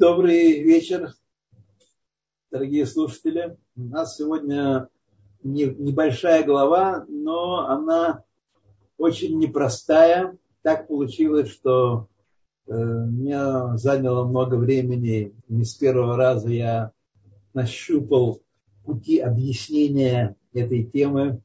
Добрый вечер, дорогие слушатели. У нас сегодня небольшая глава, но она очень непростая. Так получилось, что мне заняло много времени. Не с первого раза я нащупал пути объяснения этой темы.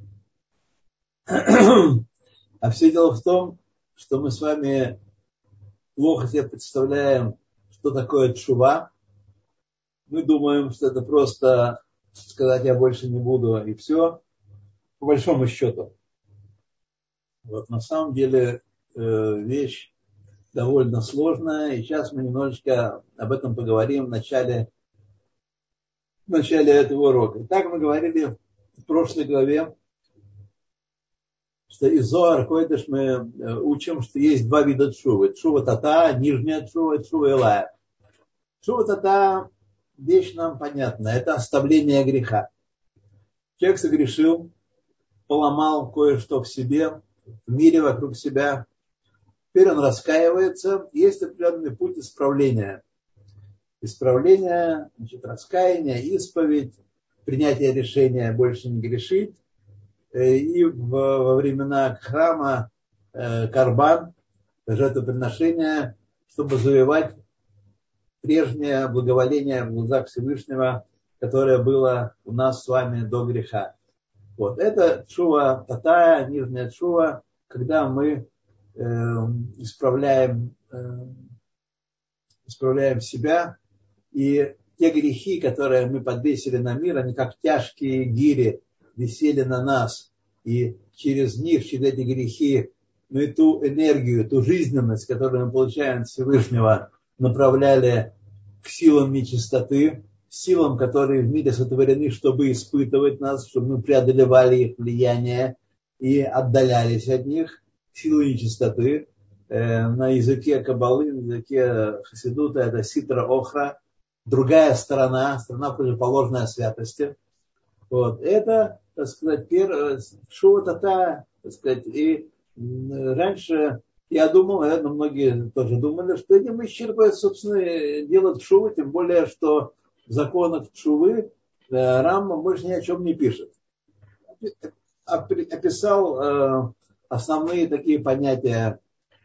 А все дело в том, что мы с вами плохо себе представляем, что такое тшува. Мы думаем, что это просто сказать я больше не буду и все, по большому счету. Вот, на самом деле вещь довольно сложная, и сейчас мы немножечко об этом поговорим в начале этого урока. Так мы говорили в прошлой главе, что из Зоар Койдеш мы учим, что есть два вида тшувы. Тшува тата, нижняя тшува, тшува элая. Тшува тата вещь нам понятна, это оставление греха. Человек согрешил, поломал кое-что в себе, в мире вокруг себя. Теперь он раскаивается. Есть определенный путь исправления. Исправление, значит, раскаяние, исповедь, принятие решения больше не грешить. И во времена храма карбан, жертвоприношение, чтобы завоевать прежнее благоволение в глазах Всевышнего, которое было у нас с вами до греха. Вот. Это тшува татая, нижняя тшува, когда мы исправляем себя, и те грехи, которые мы подвесили на мир, они как тяжкие гири висели на нас, и через них, через эти грехи, мы ту энергию, ту жизненность, которую мы получаем от Всевышнего, направляли к силам нечистоты, силам, которые в мире сотворены, чтобы испытывать нас, чтобы мы преодолевали их влияние и отдалялись от них, силы нечистоты. На языке Каббалы, на языке Хасидута это ситра охра, другая сторона, противоположная святости. Вот. Это, так сказать, тшува тата, так сказать, и раньше я думал, наверное, многие тоже думали, что этим исчерпывает, собственно, дело тшувы, тем более, что в законах тшувы Рамбам больше ни о чем не пишет. Описал основные такие понятия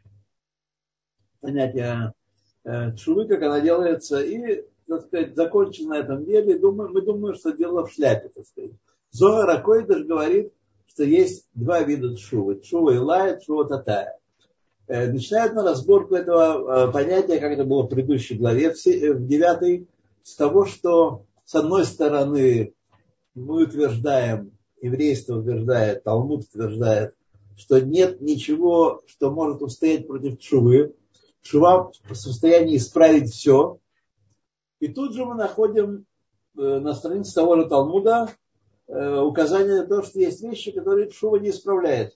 тшувы, как она делается, и, так сказать, закончил на этом деле. Мы думаем, что дело в шляпе, так сказать. Зоар ха-Койдеш говорит, что есть два вида тшувы. Тшува элая, тшува татая. Начинает на разборку этого понятия, как это было в предыдущей главе, в 9, с того, что с одной стороны мы утверждаем, еврейство утверждает, Талмуд утверждает, что нет ничего, что может устоять против тшувы. Тшува в состоянии исправить все. И тут же мы находим на странице того же Талмуда указание на то, что есть вещи, которые тшува не исправляет.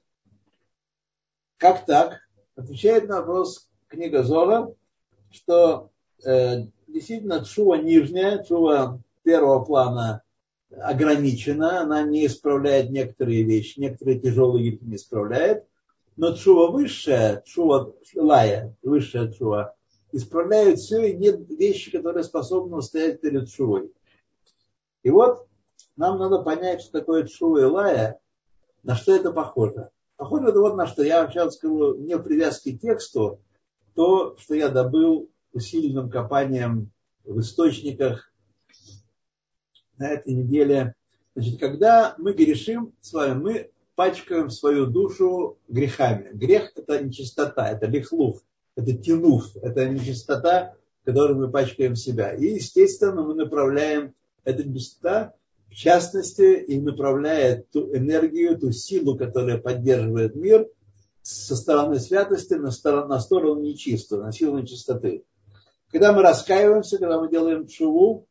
Как так? Отвечает на вопрос книга Зоар, что действительно тшува нижняя, тшува первого плана ограничена, она не исправляет некоторые вещи, некоторые тяжелые грехи не исправляет, но тшува высшая, тшува лая, высшая тшува, исправляет все, и нет вещи, которые способны устоять перед тшувой. И вот нам надо понять, что такое тшува лая, на что это похоже. Похоже это вот на что. Я сейчас скажу, не в привязке к тексту, то, что я добыл усиленным копанием в источниках на этой неделе. Значит, когда мы грешим с вами, мы пачкаем свою душу грехами. Грех – это нечистота, это лихлух, это тянув, это нечистота, которой мы пачкаем себя. И, естественно, мы направляем эту нечистоту, в частности, и направляет ту энергию, ту силу, которая поддерживает мир, со стороны святости на сторону нечистую, на силу нечистоты. Когда мы раскаиваемся, когда мы делаем тшуву,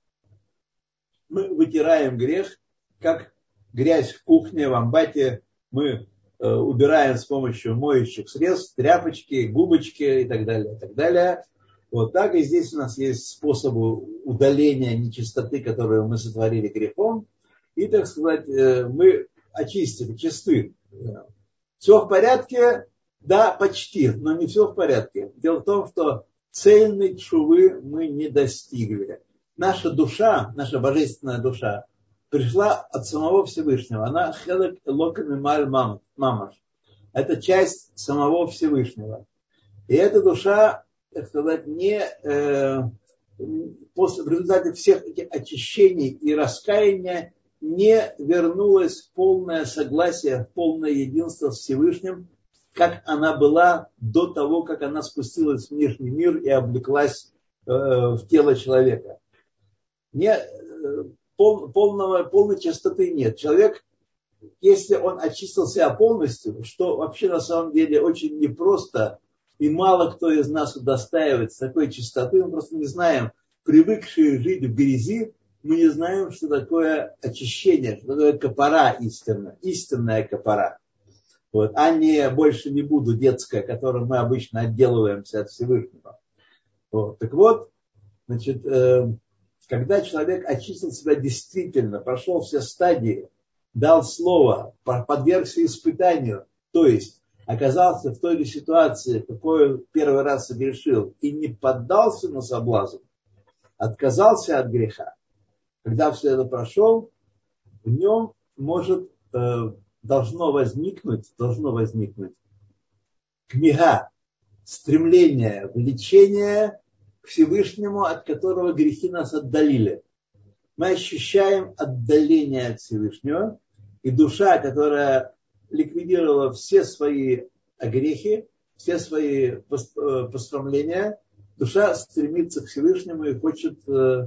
мы вытираем грех, как грязь в кухне, в амбате, мы убираем с помощью моющих средств, тряпочки, губочки и так далее, и так далее. Вот так и здесь у нас есть способы удаления нечистоты, которую мы сотворили грехом, и, так сказать, мы очистили, чисты. Все в порядке? Да, почти, но не все в порядке. Дело в том, что цельной тшувы мы не достигли. Наша душа, наша божественная душа, пришла от самого Всевышнего. Она хелек элоками маль мамаш. Это часть самого Всевышнего. И эта душа, так сказать, в результате всех этих очищений и раскаяния не вернулась в полное согласие, в полное единство с Всевышним, как она была до того, как она спустилась в внешний мир и облеклась в тело человека. Полной чистоты нет. Человек, если он очистил себя полностью, что вообще на самом деле очень непросто, и мало кто из нас удостаивается такой чистоты, мы просто не знаем, привыкшие жить в грязи, мы не знаем, что такое очищение, что такое капара истинная капара. Вот, а не больше не буду детская, которой мы обычно отделываемся от Всевышнего. Вот. Так вот, значит, когда человек очистил себя действительно, прошел все стадии, дал слово, подвергся испытанию, то есть оказался в той же ситуации, какой первый раз согрешил, и не поддался на соблазн, отказался от греха, когда все это прошел, в нем должно возникнуть кмига, стремление, влечение к Всевышнему, от которого грехи нас отдалили. Мы ощущаем отдаление от Всевышнего, и душа, которая ликвидировала все свои грехи, все свои пострамления, душа стремится к Всевышнему и хочет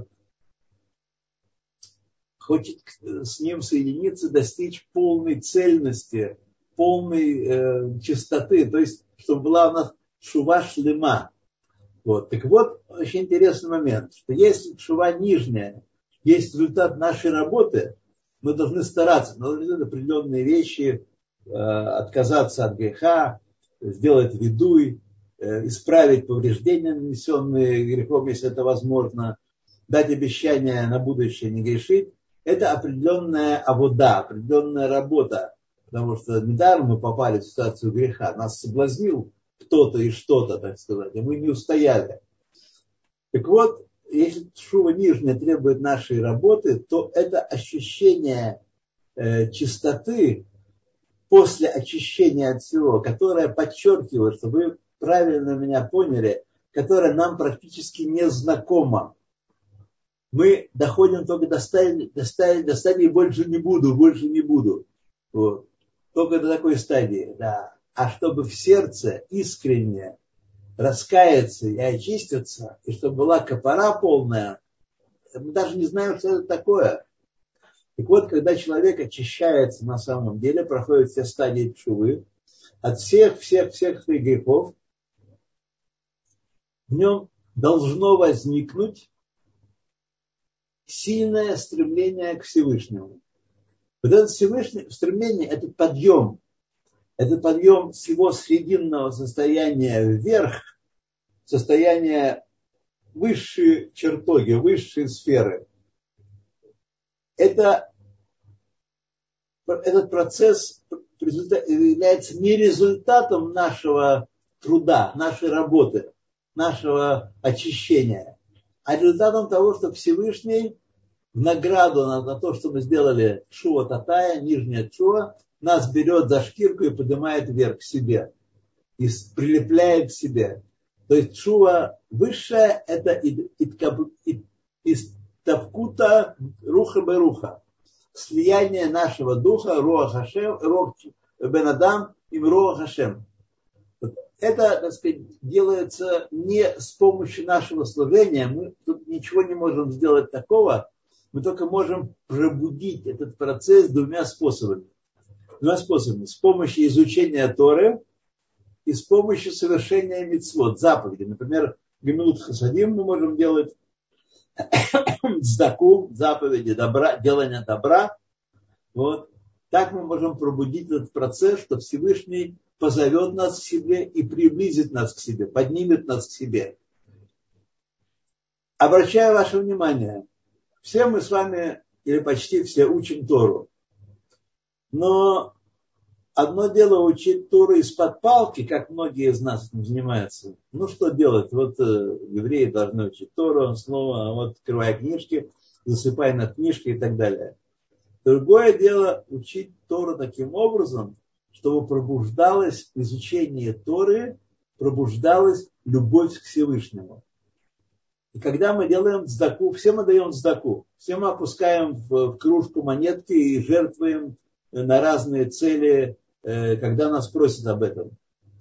с ним соединиться, достичь полной цельности, полной чистоты, то есть, чтобы была у нас шува шлема. Вот. Так вот, очень интересный момент, что если шува нижняя, есть результат нашей работы, мы должны стараться, мы должны делать определенные вещи, отказаться от греха, сделать видуй, исправить повреждения, нанесенные грехом, если это возможно, дать обещание на будущее не грешить. Это определенная авода, определенная работа, потому что недаром мы попали в ситуацию греха. Нас соблазнил кто-то и что-то, так сказать, и мы не устояли. Так вот, если шува нижняя требует нашей работы, то это ощущение чистоты после очищения от всего, которое подчеркивает, чтобы вы правильно меня поняли, которое нам практически не знакомо. Мы доходим только до стадии больше не буду. Вот. Только до такой стадии, да. А чтобы в сердце искренне раскаяться и очиститься, и чтобы была капара полная, мы даже не знаем, что это такое. Так вот, когда человек очищается на самом деле, проходит все стадии тшувы, от всех своих грехов, в нем должно возникнуть сильное стремление к Всевышнему. Вот это стремление, этот подъем с его срединного состояния вверх, состояние высшей чертоги, высшей сферы. Этот процесс является не результатом нашего труда, нашей работы, нашего очищения, а результатом того, что Всевышний в награду на то, что мы сделали тшува татая, нижняя тшува, нас берет за шкирку и поднимает вверх к себе и прилепляет к себе. То есть тшува высшая – это иставкута руха беруха, слияние нашего духа, руах Хашем, руах бен Адам и руах Хашем. Это, так сказать, делается не с помощью нашего служения. Мы тут ничего не можем сделать такого. Мы только можем пробудить этот процесс двумя способами. С помощью изучения Торы и с помощью совершения мицвот, заповедей. Например, гемилут хасадим мы можем делать, цдаку, заповеди, делания добра. Вот. Так мы можем пробудить этот процесс, что Всевышний позовет нас к себе и приблизит нас к себе, поднимет нас к себе. Обращаю ваше внимание, все мы с вами, или почти все, учим Тору. Но одно дело учить Тору из-под палки, как многие из нас этим занимаются. Ну, что делать? Вот евреи должны учить Тору, снова вот открывая книжки, засыпая над книжкой и так далее. Другое дело учить Тору таким образом, чтобы пробуждалось изучение Торы, пробуждалась любовь к Всевышнему. И когда мы делаем цдаку, все мы даем цдаку, все мы опускаем в кружку монетки и жертвуем на разные цели, когда нас просят об этом.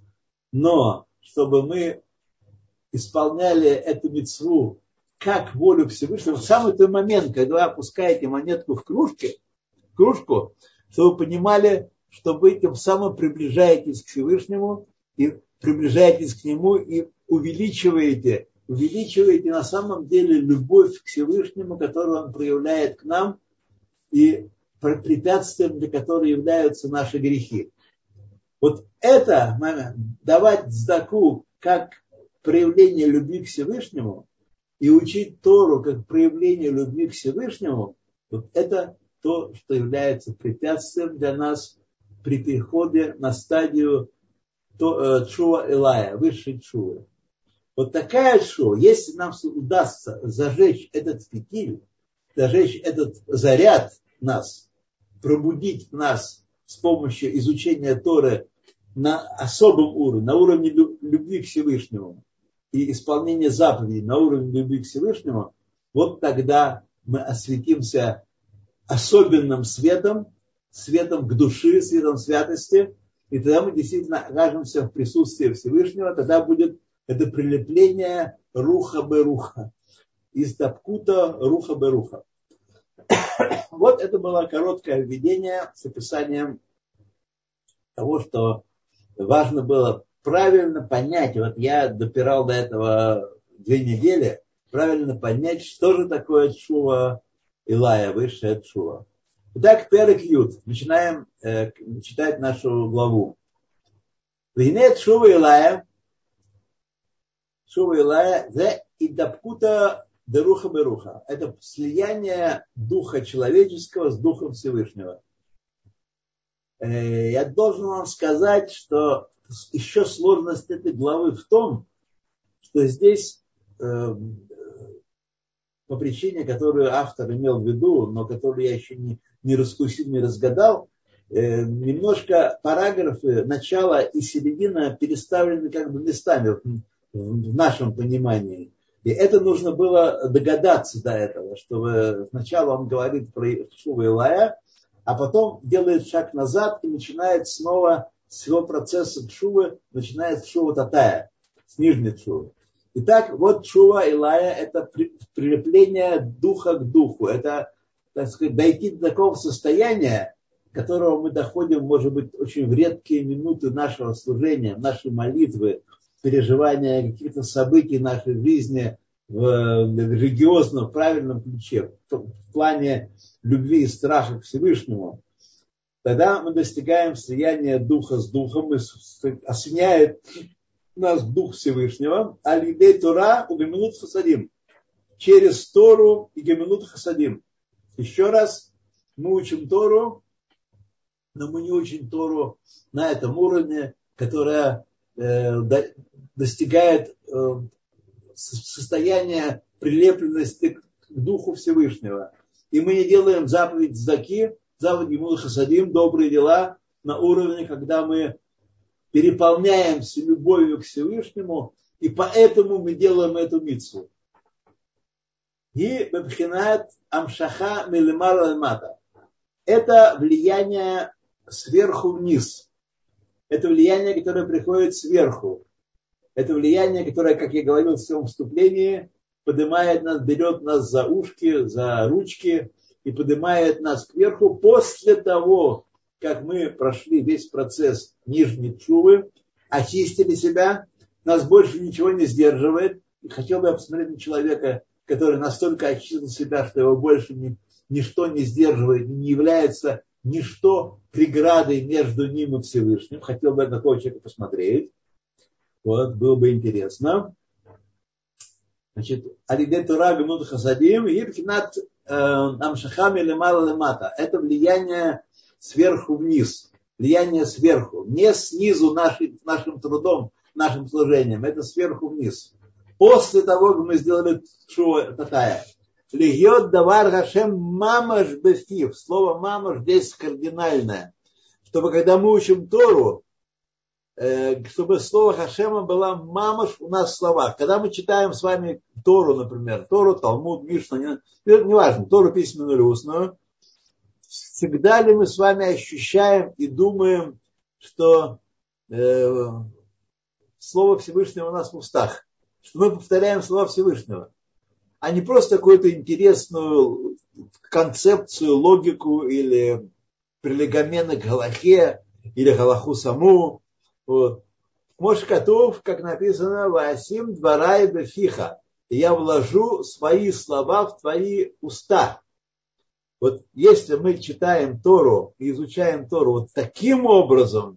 Но чтобы мы исполняли эту мицву как волю Всевышнего, в самый тот момент, когда вы опускаете монетку в кружку, чтобы вы понимали, что вы тем самым приближаетесь к Всевышнему и приближаетесь к Нему и увеличиваете на самом деле любовь к Всевышнему, которую Он проявляет к нам, и препятствием, для которого являются наши грехи. Вот это, давать цдаку как проявление любви к Всевышнему и учить Тору как проявление любви к Всевышнему, вот это то, что является препятствием для нас при переходе на стадию тшува элая, высшей тшувы. Вот такая тшува, если нам удастся зажечь этот фитиль, зажечь этот заряд нас, пробудить нас с помощью изучения Торы на особом уровне, на уровне любви к Всевышнему и исполнения заповедей на уровне любви к Всевышнему, вот тогда мы осветимся особенным светом к душе, светом святости, и тогда мы действительно окажемся в присутствии Всевышнего, тогда будет это прилепление руха бе руха, из тапкута руха бе руха. Вот это было короткое введение с описанием того, что важно было правильно понять. Вот я допирал до этого 2 недели, правильно понять, что же такое тшува Илая, высшая тшува. Итак, перек Юд. Начинаем читать нашу главу. Вине тшува Илая, зе идапкута деруха беруха. Это слияние духа человеческого с духом Всевышнего. Я должен вам сказать, что еще сложность этой главы в том, что здесь по причине, которую автор имел в виду, но которую я еще не раскусил, не разгадал, немножко параграфы, начало и середина переставлены как бы местами в нашем понимании. И это нужно было догадаться до этого, что сначала он говорит про тшува Илая, а потом делает шаг назад и начинает снова с его процесса тшувы, начинает тшува татая, с нижней тшувы. Итак, вот тшува Илая, это прилепление духа к духу, это, так сказать, дойти до такого состояния, которого мы доходим, может быть, очень в редкие минуты нашего служения, нашей молитвы, переживания каких-то событий нашей жизни в религиозном, правильном ключе, в плане любви и страха к Всевышнему, тогда мы достигаем слияния духа с духом, и осеняет нас дух Всевышнего, алидей Тора у геминут хасадим, через Тору и геминут хасадим. Еще раз, мы учим Тору, но мы не учим Тору на этом уровне, которая достигает состояния прилепленности к Духу Всевышнего. И мы не делаем заповедь цдаки, заповедь геминут хасадим, добрые дела на уровне, когда мы переполняемся любовью к Всевышнему, и поэтому мы делаем эту мицву. И бебхинат амшаха милимара лемата. Это влияние сверху вниз. Это влияние, которое приходит сверху. Это влияние, которое, как я говорил в своем вступлении, поднимает нас, берет нас за ушки, за ручки и поднимает нас кверху после того, как мы прошли весь процесс нижней тшувы, очистили себя, нас больше ничего не сдерживает. И хотел бы я посмотреть на человека, который настолько очистил себя, что его больше ничто не сдерживает, не является ничто преградой между ним и Всевышним. Хотел бы я такого человека посмотреть. Вот, было бы интересно. Значит, алидей Тора геминут хасадим и бхинат амшаха милимара лемата. Это влияние сверху вниз. влияние сверху, не снизу нашим трудом, нашим служением, это сверху вниз. После того, как мы сделали шува такая, льет давар Гашем мамаш бефив. Слово мамаш здесь кардинальное. Чтобы когда мы учим Тору, чтобы слово Хашема было мамаш у нас в словах. Когда мы читаем с вами Тору, например, Тору, Талмуд, Мишну, неважно, Тору письменную или устную, всегда ли мы с вами ощущаем и думаем, что слово Всевышнего у нас в устах, что мы повторяем слова Всевышнего, а не просто какую-то интересную концепцию, логику или прилегомены к галахе или галаху саму. Вот. Мош Катув, как написано, «Ваасим дварай бефиха». Я вложу свои слова в твои уста. Вот если мы читаем Тору и изучаем Тору вот таким образом,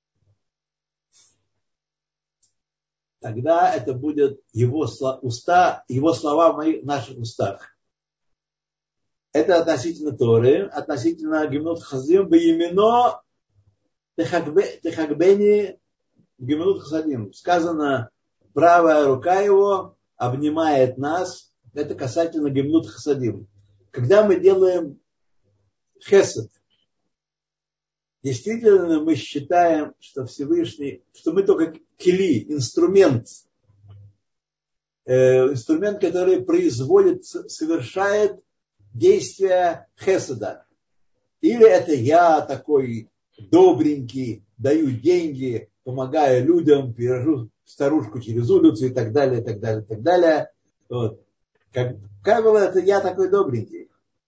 тогда это будет его уста, его слова в наших устах. Это относительно Торы, относительно Гемнут Хасадим, Беймино Техакбени Гемнут Хасадим. Сказано, правая рука его обнимает нас. Это касательно Гемнут Хасадим. Когда мы делаем хесед, действительно мы считаем, что Всевышний, что мы только кили, инструмент, который производит, совершает действия хеседа. Или это я такой добренький, даю деньги, помогаю людям, перевожу старушку через улицу и так далее, и так далее, и так далее. Вот. Как было это я такой добренький?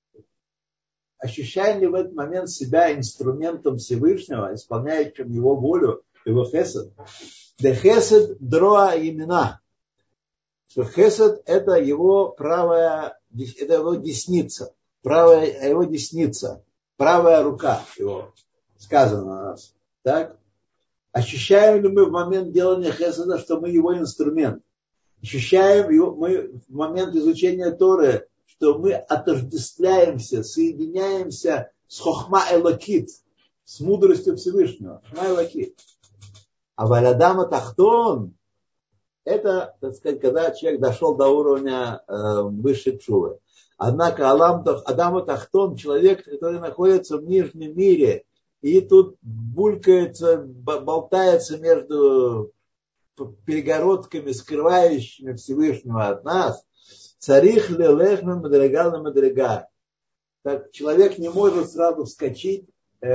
Ощущаем ли в этот момент себя инструментом Всевышнего, исполняющим его волю, его хесед? Да хесед дроа имена. Что хесед это его правая, это его десница, правая его десница, правая рука его, сказано у нас. Так? Ощущаем ли мы в момент делания хеседа, что мы его инструмент? Ощущаем мы в момент изучения Торы, что мы отождествляемся, соединяемся с хохма элокит, с мудростью Всевышнего. Хохма элокит. А валядама тахтон, это, так сказать, когда человек дошел до уровня высшей тшувы. Однако Адаму тахтон, человек, который находится в нижнем мире, и тут булькается, болтается между перегородками, скрывающими Всевышнего от нас, царих лелех мадрига на мадрига. Так человек не может сразу вскочить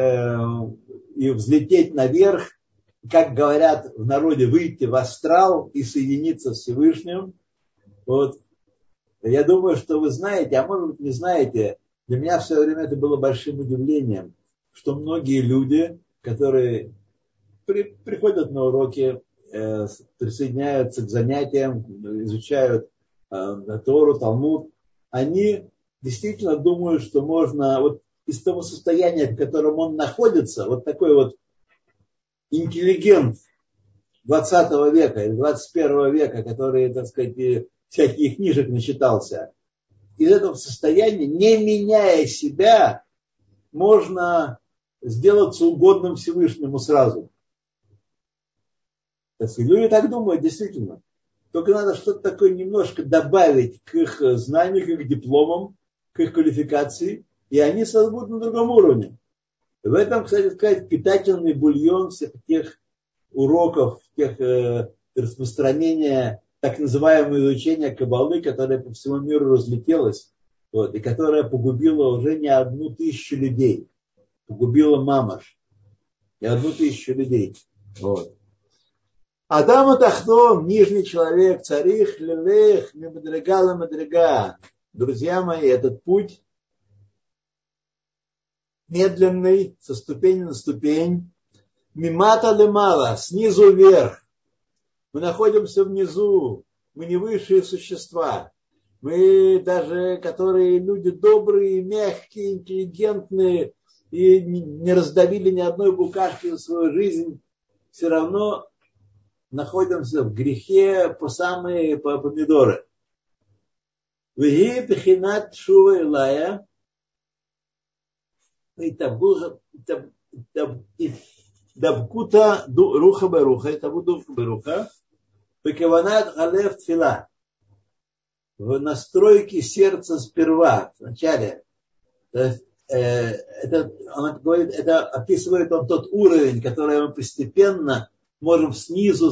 и взлететь наверх, как говорят в народе, выйти в астрал и соединиться с Всевышним. Вот. Я думаю, что вы знаете, а может быть не знаете, для меня в свое время это было большим удивлением, что многие люди, которые приходят на уроки, присоединяются к занятиям, изучают Тору, Талмуд, они действительно думают, что можно вот из того состояния, в котором он находится, вот такой вот интеллигент 20 века или 21 века, который, так сказать, всяких книжек начитался, из этого состояния, не меняя себя, можно сделаться угодным Всевышнему сразу. Люди так думают, действительно. Только надо что-то такое немножко добавить к их знаниям, к их дипломам, к их квалификации, и они сразу будут на другом уровне. В этом, кстати сказать, питательный бульон всех тех уроков, тех распространения, так называемого изучения Каббалы, которое по всему миру разлетелось, вот, и которое погубило уже не 1000 людей. Погубило мамаш. Не 1000 людей. Вот. Адам Тахтон, нижний человек, царих лелех, мимадрига ла мадрига. Друзья мои, этот путь медленный, со ступени на ступень, мимата лемала, снизу вверх. Мы находимся внизу, мы не высшие существа. Мы даже, которые люди добрые, мягкие, интеллигентные и не раздавили ни одной букашки за свою жизнь, все равно находимся в грехе по самые помидоры. Веги пехинат шува илая. Дабкута руха беруха, это буду беруха, бекаванат алев тфила. В настройке сердца сперва, вначале. То есть, он говорит, это описывает он тот уровень, который мы постепенно можем снизу.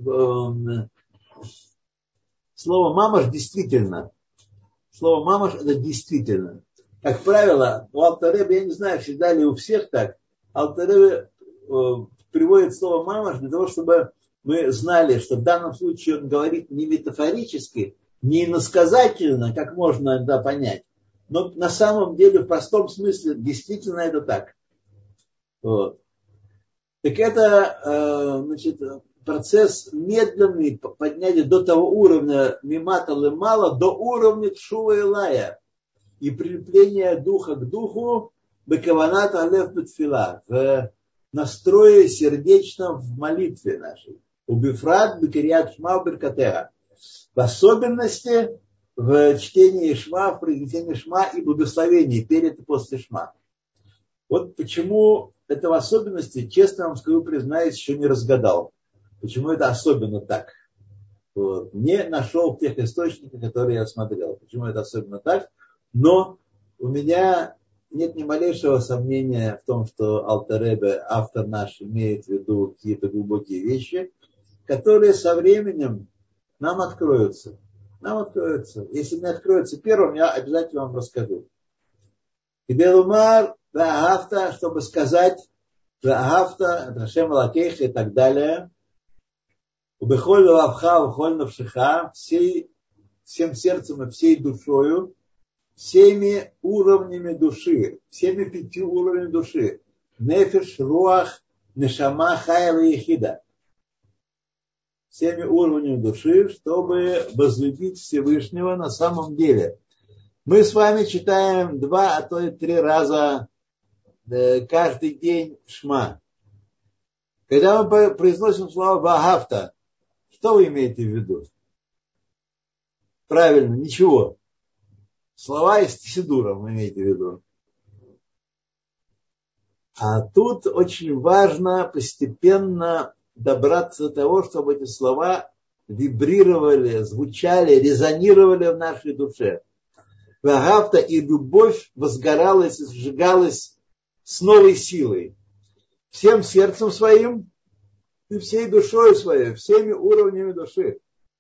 Слово мамаш действительно. Слово мамаш это действительно. Как правило, у Алтер Ребе, я не знаю, всегда ли у всех так, Алтер Ребе приводит слово мамаш для того, чтобы мы знали, что в данном случае он говорит не метафорически, не иносказательно, как можно иногда понять, но на самом деле в простом смысле действительно это так. Вот. Так это значит, процесс медленный поднятия до того уровня мимата лемала, до уровня тшува элая и прилепления духа к духу бекаванат алев бетфила, в настрое сердечном в молитве нашей. Убифрат бекириат шма беркатеха. В особенности в чтении шма, в произнесении шма и благословении перед и после шма. Вот почему это в особенности, честно вам скажу, признаюсь, еще не разгадал. Почему это особенно так? Вот. Не нашел тех источников, которые я смотрел. Почему это особенно так? Но у меня нет ни малейшего сомнения в том, что Алтер Ребе, автор наш, имеет в виду какие-то глубокие вещи, которые со временем нам откроются. Нам откроются. Если не откроются первым, я обязательно вам расскажу. Кибелумар, ваафта, чтобы сказать, ваафта, Рашем Алакех и так далее. Убехоль лавха, убехоль навшиха, всем сердцем и всей душою, всеми уровнями души, всеми 5 уровнями души. Нефеш, руах, нешама, хайла и ехида. Всеми уровнями души, чтобы возлюбить Всевышнего на самом деле. Мы с вами читаем 2, а то и 3 раза каждый день шма. Когда мы произносим слово вагафта, что вы имеете в виду? Правильно, ничего. Слова из Сидура вы имеете в виду. А тут очень важно постепенно добраться до того, чтобы эти слова вибрировали, звучали, резонировали в нашей душе. Вагафта, и любовь возгоралась и сжигалась с новой силой. Всем сердцем своим и всей душой своей, всеми уровнями души.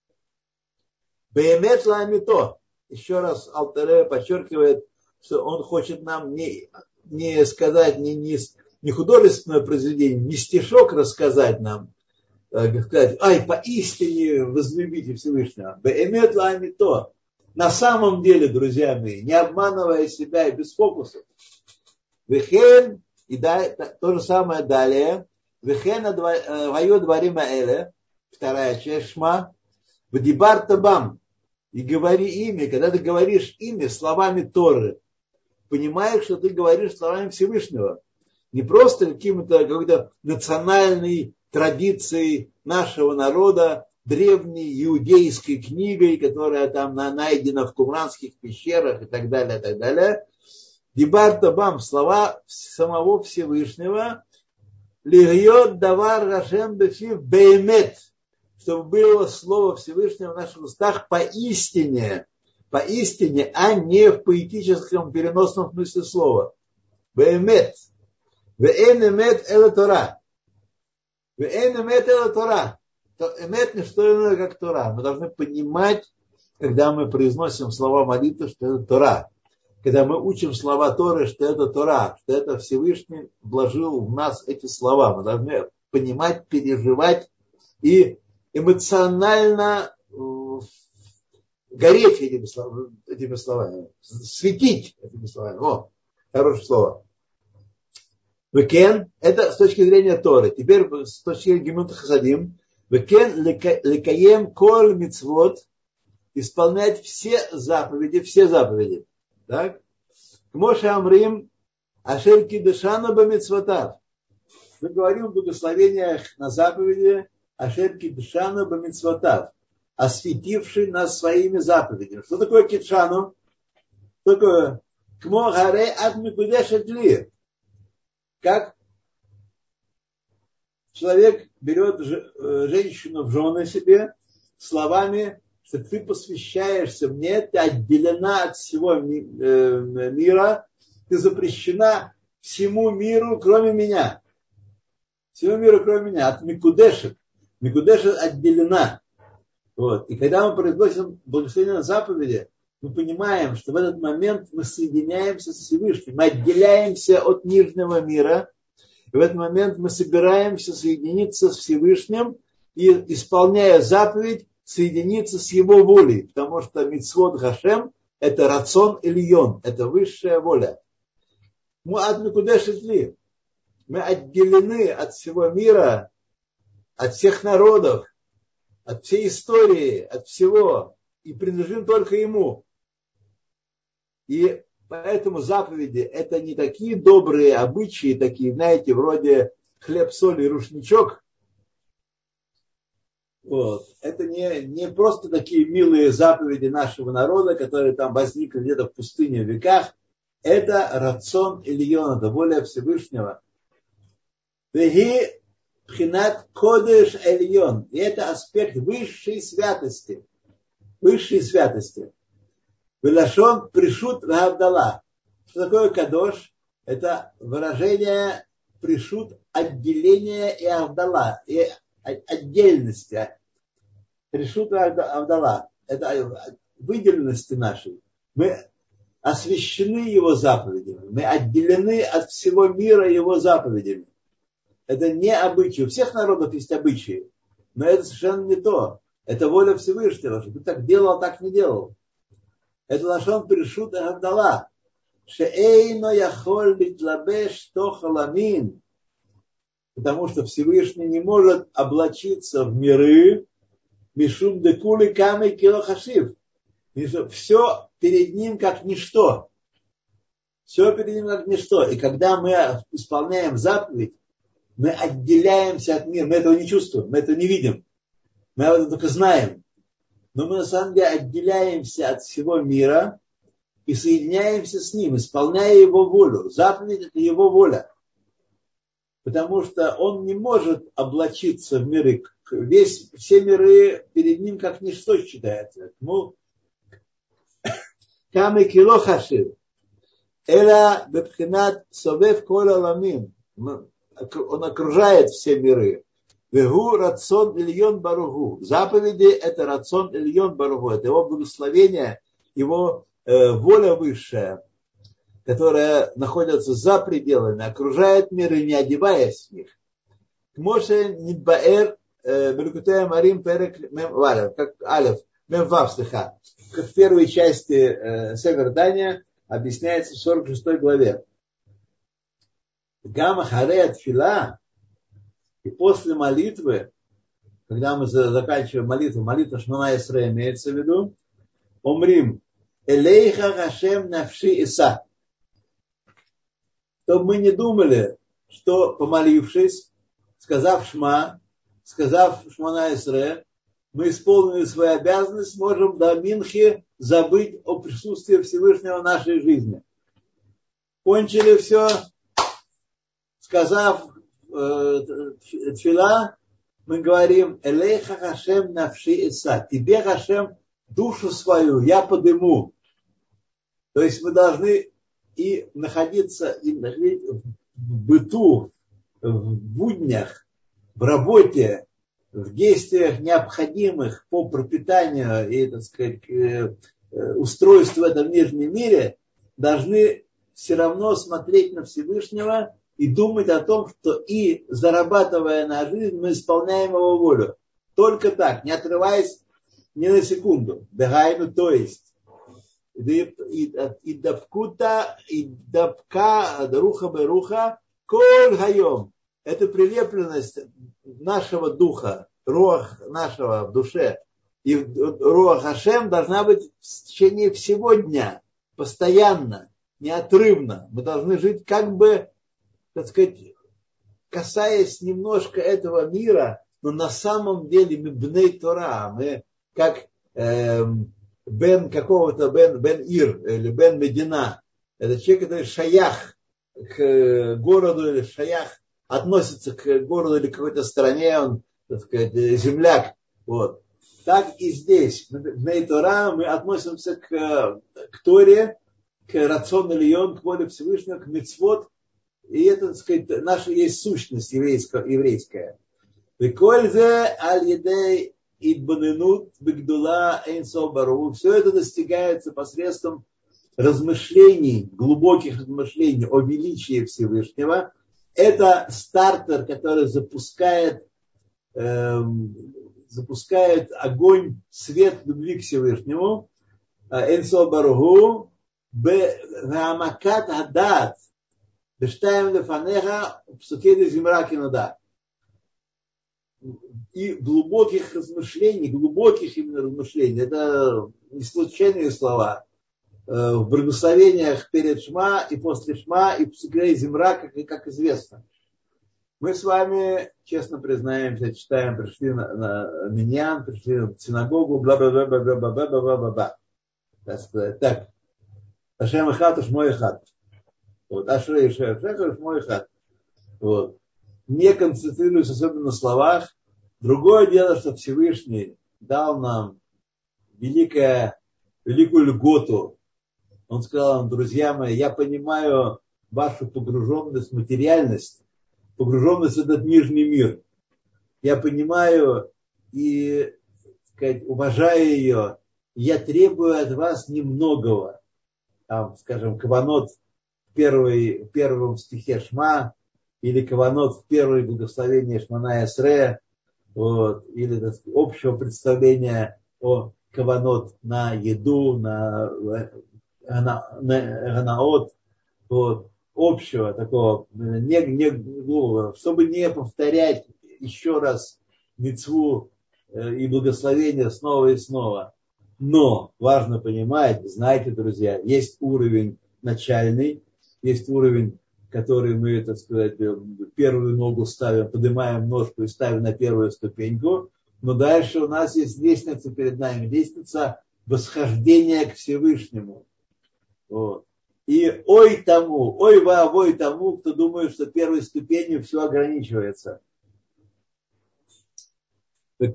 Беемет ламито. Еще раз Алтер Ребе подчеркивает, что он хочет нам не сказать, не художественное произведение, не стишок рассказать нам, сказать, поистине возлюбите Всевышнего. Беемет ламито. На самом деле, друзья мои, не обманывая себя и без фокусов. Вехен, и то же самое далее. Вехен ваю дварима эле, вторая часть шма, вдибар табам, и говори ими, когда ты говоришь ими словами Торы, понимаешь, что ты говоришь словами Всевышнего. Не просто какой-то национальной традицией нашего народа, древней иудейской книгой, которая там найдена в кумранских пещерах и так далее, и так далее. Дибар табам, слова самого Всевышнего, лигьот давар рашем бефив беймет, чтобы было слово Всевышнего в наших устах поистине, а не в поэтическом переносном смысле слова. Беймет. Веэн эмет эла Тора. Веэн эмет эла Тора. Эмет не что иное, как Тора. Мы должны понимать, когда мы произносим слова молитвы, что это Тора. Когда мы учим слова Торы, что это Тора, что это Всевышний вложил в нас эти слова. Мы должны понимать, переживать и эмоционально гореть этими словами, светить этими словами. О, хорошее слово. Векен, это с точки зрения Торы. Теперь с точки зрения Гемут Хасадим. Векен лекаем коль мицвот, исполнять все заповеди. Так? Кмоше амрим ашер кидешана бамицвотав. Мы говорим в благословениях на заповеди ашер кидешана бамицвотав, осветивший нас своими заповедями. Что такое кидшану? Что такое? Кмо гаре ад микудеш ли. Как человек берет женщину в жены себе словами, что ты посвящаешься мне, ты отделена от всего мира, ты запрещена всему миру, кроме меня. Всему миру, кроме меня. От Микудешек. Микудешек отделена. Вот. И когда мы произносим благословение на заповеди, мы понимаем, что в этот момент мы соединяемся с Всевышним. Мы отделяемся от нижнего мира. И в этот момент мы собираемся соединиться с Всевышним и, исполняя заповедь, соединиться с его волей. Потому что мицвот Хашем – это рацион эльон, это высшая воля. Мы отделены от всего мира, от всех народов, от всей истории, от всего, и принадлежим только ему. И поэтому заповеди – это не такие добрые обычаи, такие, знаете, вроде хлеб, соль и рушничок. Вот. Это не просто такие милые заповеди нашего народа, которые там возникли где-то в пустыне в веках. Это рацион эльон, это воля Всевышнего. Веги пхинат кодеш эльон. И это аспект высшей святости. Высшей святости. Велашон пришут вавдала. Что такое кадош? Это выражение пришут отделения и авдала. И отдельности. Пришут авдала. Это выделенности нашей. Мы освящены его заповедями. Мы отделены от всего мира его заповедями. Это не обычаи. У всех народов есть обычаи. Но это совершенно не то. Это воля Всевышнего. Что ты так делал, так не делал. Это лашон пришут авдала. Шеэйно яхоль битлабеш тохаламин. Потому что Всевышний не может облачиться в миры. Мишум декули камы килохашив. Все перед ним как ничто. Все перед ним как ничто. И когда мы исполняем заповедь, мы отделяемся от мира. Мы этого не чувствуем, мы этого не видим. Мы это только знаем. Но мы на самом деле отделяемся от всего мира и соединяемся с ним, исполняя его волю. Заповедь – это его воля. Потому что он не может облачиться в миры. Все миры перед ним как ничто считается. Камы кило хашив. Эла бепхинат совев кол аламим. Он окружает все миры. Вегу рацион эльон баругу. Заповеди – это рацион эльон баругу. Это его благословение, его воля высшая, которая находится за пределами, окружает мир и не одеваясь в них. Моше нидбаэр белькутея марим перек мем валев, как алев, мем вав слыха. Как в первой части Север Дания объясняется в 46 главе. Гам харе тфила, и после молитвы, когда мы заканчиваем молитву, молитва Шмона Исре имеется в виду, умрим элейха хашем навши иса. Чтобы мы не думали, что помолившись, сказав Шма, сказав Шмона Исре, мы исполнили свою обязанность, можем до Минхи забыть о присутствии Всевышнего в нашей жизни. Кончили все, сказав тфила, мы говорим элейха хашем навши иса. Тебе, Хашем, душу свою я подыму. То есть мы должны и находиться в быту, в буднях, в работе, в действиях необходимых по пропитанию и, так сказать, устройству в этом нижнем мире, должны все равно смотреть на Всевышнего и думать о том, что и зарабатывая на жизнь, мы исполняем его волю. Только так, не отрываясь ни на секунду. Дагайну, то есть. И давкута, и давка, руха беруха, коль хайом. Это прилепленность нашего духа, руах нашего в душе. И руах Хашем должна быть в течение всего дня, постоянно, неотрывно. Мы должны жить как бы, так сказать, касаясь немножко этого мира, но на самом деле мы бней Тора, мы как бен какого-то, бен Ир или бен Медина. Это человек, который шаях к городу или шаях относится к городу или к какой-то стране, он, так сказать, земляк. Вот. Так и здесь. В Бней Тора мы относимся к Торе, к рацион Ильон, к воле Всевышнего, к мицвот. И это, так сказать, наша есть сущность еврейская. Викользе аль-едей идбаненут бигдула эйнсо бару. Все это достигается посредством размышлений, глубоких размышлений о величии Всевышнего. Это стартер, который запускает огонь, свет любви к Всевышнему. Эйнсо бару бе'амакат адат бештаем лефанеха псукеды зимра кинода. И глубоких именно размышлений, это не случайные слова, в благословениях перед Шма и после Шма и в Псукей Зимра, как известно. Мы с вами, честно признаемся, читаем, пришли на миньян, пришли в синагогу, бла-бла-бла-бла-бла-бла-бла-бла-бла. Так сказать. Так. Ашем эхад, ушмо эхад. Вот. Ашрей шеф, ушмо эхад. Вот. Не концентрируясь особенно на словах. Другое дело, что Всевышний дал нам великую льготу. Он сказал нам: друзья мои, я понимаю вашу погруженность в материальность, погруженность в этот нижний мир. Я понимаю и, так сказать, уважаю ее. Я требую от вас немногого. Там, скажем, каванот в первом стихе Шма, или каванот в первое благословение Шмана Эсре, вот, или, так сказать, общего представления о каванот на еду, на ганаот, вот, общего такого, чтобы не повторять еще раз мицву и благословение снова и снова. Но важно понимать, знаете, друзья, есть уровень начальный, есть уровень, который мы, так сказать, первую ногу ставим, поднимаем ножку и ставим на первую ступеньку, но дальше у нас есть лестница перед нами, лестница восхождения к Всевышнему. Вот. И ой тому, кто думает, что первой ступенью все ограничивается. Все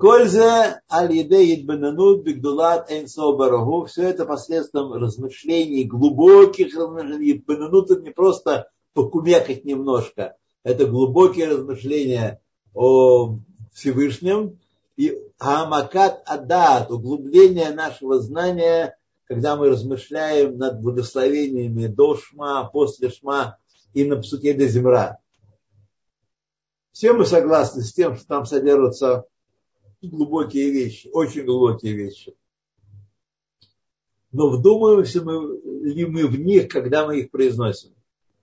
это посредством размышлений, глубоких размышлений. Бенанут — это не просто покумекать немножко. Это глубокие размышления о Всевышнем. И амакат адат, углубление нашего знания, когда мы размышляем над благословениями до Шма, после Шма и на Псуке де Зимра. Все мы согласны с тем, что там содержатся глубокие вещи, очень глубокие вещи. Но вдумываемся ли мы в них, когда мы их произносим?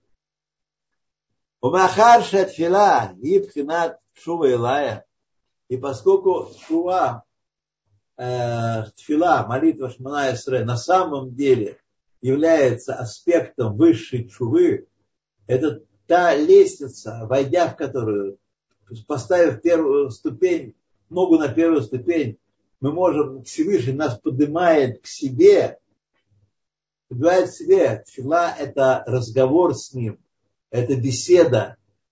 Умахар шатфила и пхинат шува илая. И поскольку шува, тфила, молитва Шмана Эсре, на самом деле является аспектом высшей шувы, это та лестница, войдя в которую, поставив первую ступень, ногу на первую ступень, мы можем, Всевышний нас поднимает к себе, Тфила — это разговор с ним, это беседа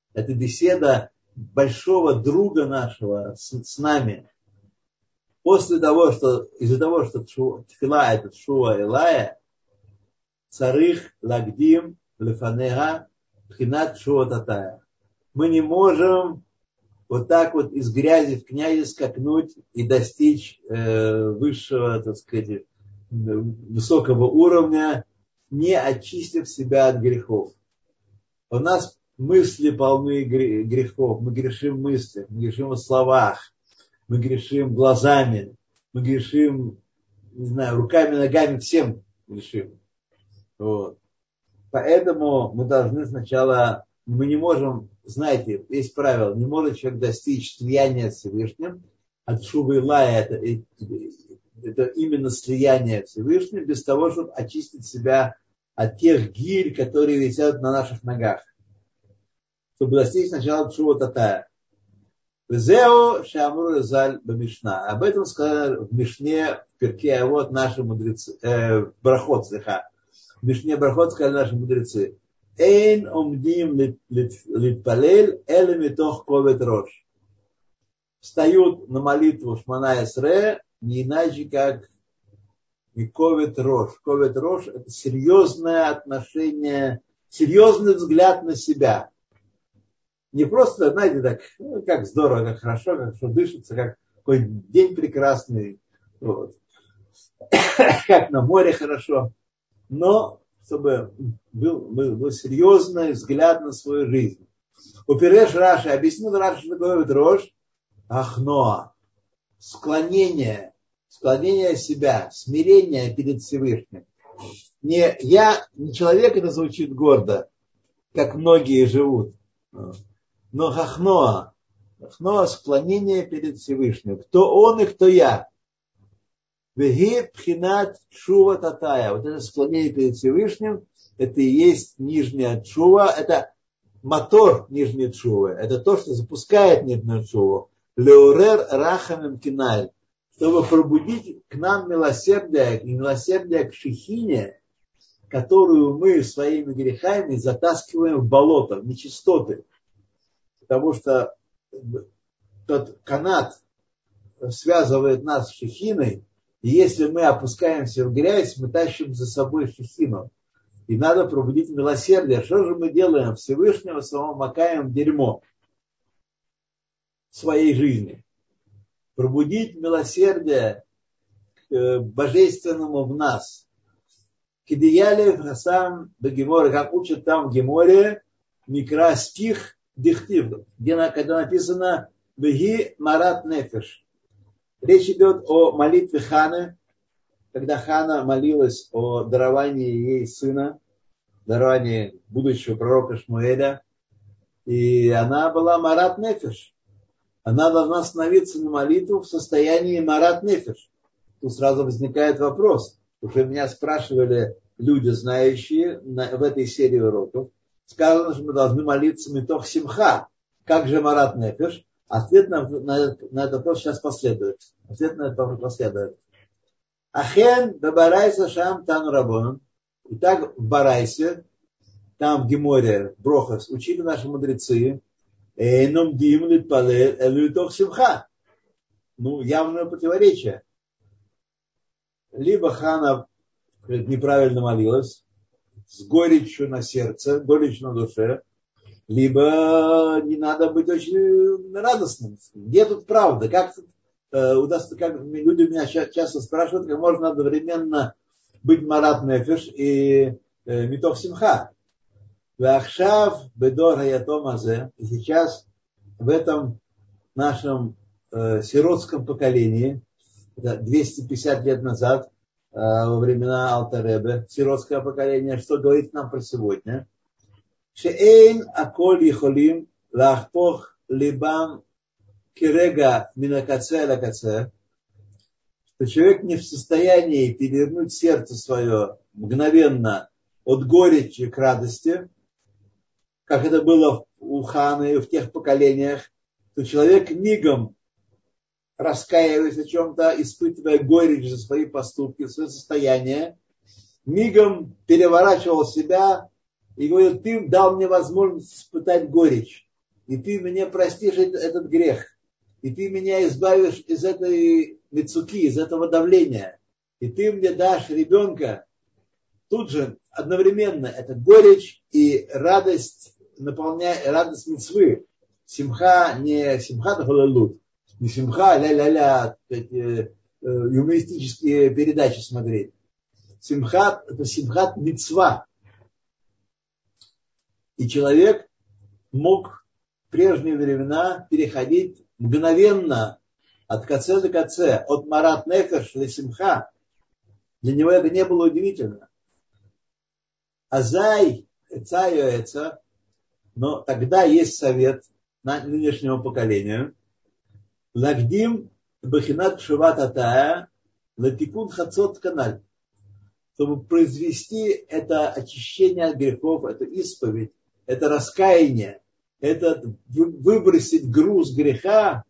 большого друга нашего с нами. Из-за того, что тфила — это шува илая, царих лагдим лефанега пхинат шува татая. Мы не можем вот так вот из грязи в князи скакнуть и достичь высшего, так сказать, высокого уровня, не очистив себя от грехов. У нас мысли полны грехов. Мы грешим в мыслях, мы грешим в словах, мы грешим глазами, мы грешим, не знаю, руками, ногами, всем грешим. Вот. Поэтому мы должны сначала, мы не можем, знаете, есть правило, не может человек достичь слияния с Всевышним, от шувы илая, это именно слияние Всевышним, без того, чтобы очистить себя от тех гирь, которые висят на наших ногах. Чтобы достичь сначала шува татая. Зео шамру заль бамишна. Об этом сказали в Мишне, в Перке, вот наши мудрецы, Брахот, в Мишне Брахот сказали наши мудрецы. Эйн омдим литпалель эле митох ковет рош. Встают на молитву Шмана Эсре не иначе, как и ковет рош. Ковет рош – это серьезное отношение, серьезный взгляд на себя. Не просто, знаете, так, как здорово, как хорошо дышится, как какой день прекрасный, вот. Как на море хорошо. Но чтобы был серьезный взгляд на свою жизнь. Упереш Раши, объяснил Раши, что такое рош. Ахноа. Склонение себя, смирение перед Всевышним. Не человек, это звучит гордо, как многие живут, но хахноа, склонение перед Всевышним. Кто он и кто я. Веги пхинат шува татая. Вот это склонение перед Всевышним, это и есть нижняя шува, это мотор нижней шувы, это то, что запускает нижнюю шуву. Леурер рахамем киналь. Чтобы пробудить к нам милосердие к шехине, которую мы своими грехами затаскиваем в болото, в нечистоты. Потому что тот канат связывает нас с шехиной, и если мы опускаемся в грязь, мы тащим за собой шехину. И надо пробудить милосердие. Что же мы делаем? Всевышнего самого макаем в дерьмо своей жизни. Пробудить милосердие к божественному в нас. Кидиялев Хасам Бегеморе, как учат там в Геморе, микро стих дихтив, когда написано Беги Марат Нефеш. Речь идет о молитве Ханы, когда Хана молилась о даровании ей сына, даровании будущего пророка Шмуэля, и она была Марат Нефеш. Она должна становиться на молитву в состоянии Марат Нефеш. Тут сразу возникает вопрос. Уже меня спрашивали люди, знающие в этой серии уроков. Сказано, что мы должны молиться Митох Симха. Как же Марат Нефеш? Ответ на этот вопрос сейчас последует. Ахен бабарайса шам тану рабон. Итак, в Барайсе, там в Геморе, в Брохас, учили наши мудрецы, явное противоречие. Либо Хана неправильно молилась, с горечью на сердце, горечью на душе, либо не надо быть очень радостным. Где тут правда? Как люди меня часто спрашивают, как можно одновременно быть Марат Нефеш и Митох Симха. Вахшав бедор хаятом азе. И сейчас в этом нашем сиротском поколении, 250 лет назад, во времена Алтер Ребе, сиротское поколение, что говорит нам про сегодня? Шеэйн аколь ехолим лахпох либам кирега минакаце лакаце. Что человек не в состоянии перевернуть сердце свое мгновенно от горечи к радости, как это было у Ханы в тех поколениях, то человек мигом, раскаиваясь о чем-то, испытывая горечь за свои поступки, свое состояние, мигом переворачивал себя и говорил: ты дал мне возможность испытать горечь, и ты мне простишь этот грех, и ты меня избавишь из этой мецуки, из этого давления, и ты мне дашь ребенка. Тут же одновременно это горечь и радость, радость мицвы. Симха не симха тахалалут, не симха ля-ля-ля, юмористические передачи смотреть. Симхат – это симхат мицва. И человек мог в прежние времена переходить мгновенно от каце до каце, от марат нефеш до симха. Для него это не было удивительно. Азай, эца, но тогда есть совет нынешнему поколению. Лагдим бахинат шуват атая латикун хацот каналь. Чтобы произвести это очищение от грехов, это исповедь, это раскаяние, это выбросить груз греха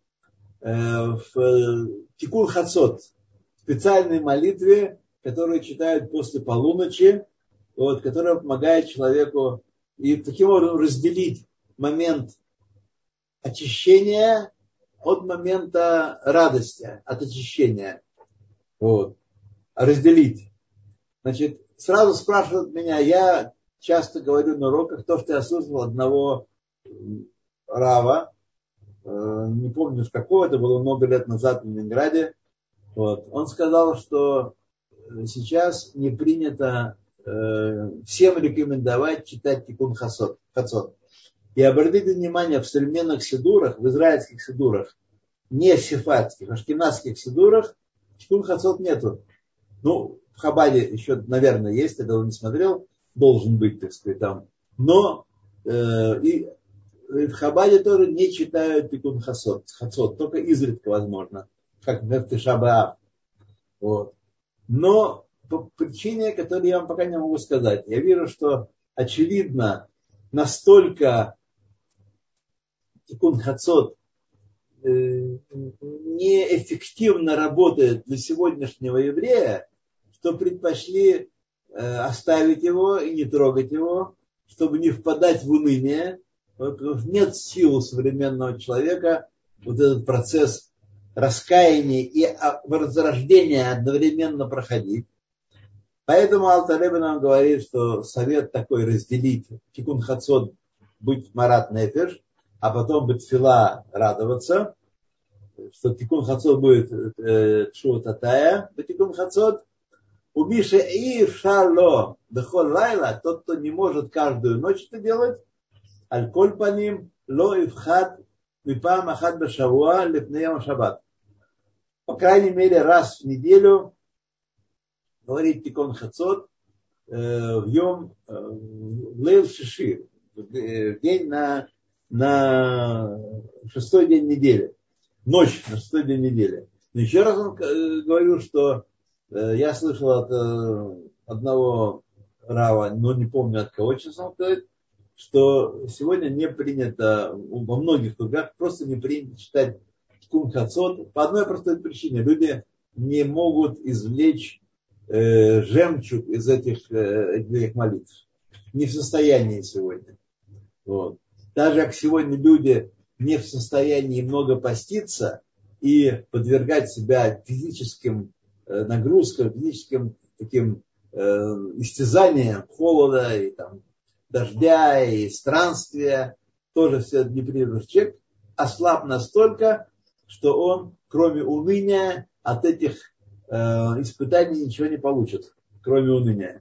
в тикун хацот, специальной молитве, которую читают после полуночи, которая помогает человеку и таким образом разделить момент очищения от момента радости, от очищения. Вот. Разделить. Значит, сразу спрашивают меня, я часто говорю на уроках то, что я слышал одного рава, не помню с какого, это было много лет назад в Ленинграде. Вот. Он сказал, что сейчас не принято всем рекомендовать читать Тикун Хацот. И обратите внимание, в современных сидурах, в израильских сидурах, не сефардских, ашкеназских сидурах, Тикун Хацот нету. Ну, в Хабаде еще, наверное, есть, я давно не смотрел, должен быть, так сказать, там. Но и в Хабаде тоже не читают Тикун Хацот, только изредка, возможно, как в Тиша б'Ав. Вот. Но по причине, которую я вам пока не могу сказать, я вижу, что, очевидно, настолько Тикун Хацот неэффективно работает для сегодняшнего еврея, что предпочли оставить его и не трогать его, чтобы не впадать в уныние. Потому что нет сил у современного человека вот этот процесс раскаяния и возрождения одновременно проходить. Поэтому Алтер Ребе нам говорит, что совет такой разделить Тикун Хацот, быть марат нефеш, а потом бетфила радоваться, что Тикун Хацот будет тшува татая, Тикун Хацот, у Миши и шарло бехол лайла, тот, кто не может каждую ночь это делать, аль-коль паним ло ивхат мипам ахат бешавуа лепнеям шаббат. По крайней мере, раз в неделю говорит Тикун Хацот в йом лейл шиши, в день на шестой день недели, ночь на шестой день недели. Но еще раз он говорил, что я слышал от одного рава, но не помню от кого, честно сказать, что сегодня не принято, во многих кругах просто не принято читать Тикун Хацот по одной простой причине. Люди не могут извлечь жемчуг из этих молитв. Не в состоянии сегодня. Вот. Даже как сегодня люди не в состоянии много поститься и подвергать себя физическим нагрузкам, физическим таким истязаниям холода и там, дождя и странствия, тоже все это не принято. Человек ослаб настолько, что он, кроме уныния, от этих испытаний ничего не получит, кроме уныния.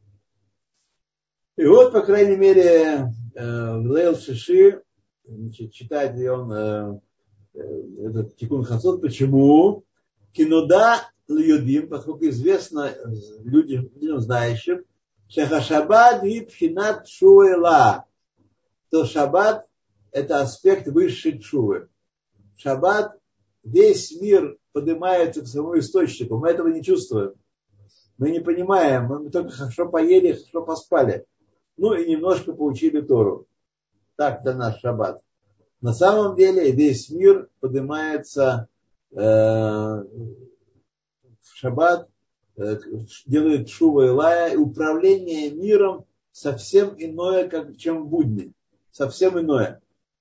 И вот, по крайней мере, в Лейл Шиши читает он этот Тикун Хацот. Почему? Кинуда льюдим, поскольку известно людям знающим, что шаббат и пхинат шуэла, то шаббат это аспект высшей шувы. Шаббат весь мир поднимается к своему источнику. Мы этого не чувствуем. Мы не понимаем. Мы только хорошо поели, хорошо поспали. Ну и немножко поучили Тору. Так-то наш шаббат. На самом деле весь мир поднимается в шаббат, делает шува илая, и управление миром совсем иное, чем в будни. Совсем иное.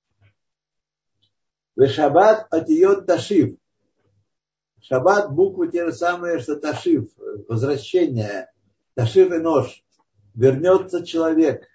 В шаббат отъет ташив. Шаббат буквы те же самые, что ташив, возвращение, ташив и нож. Вернется человек.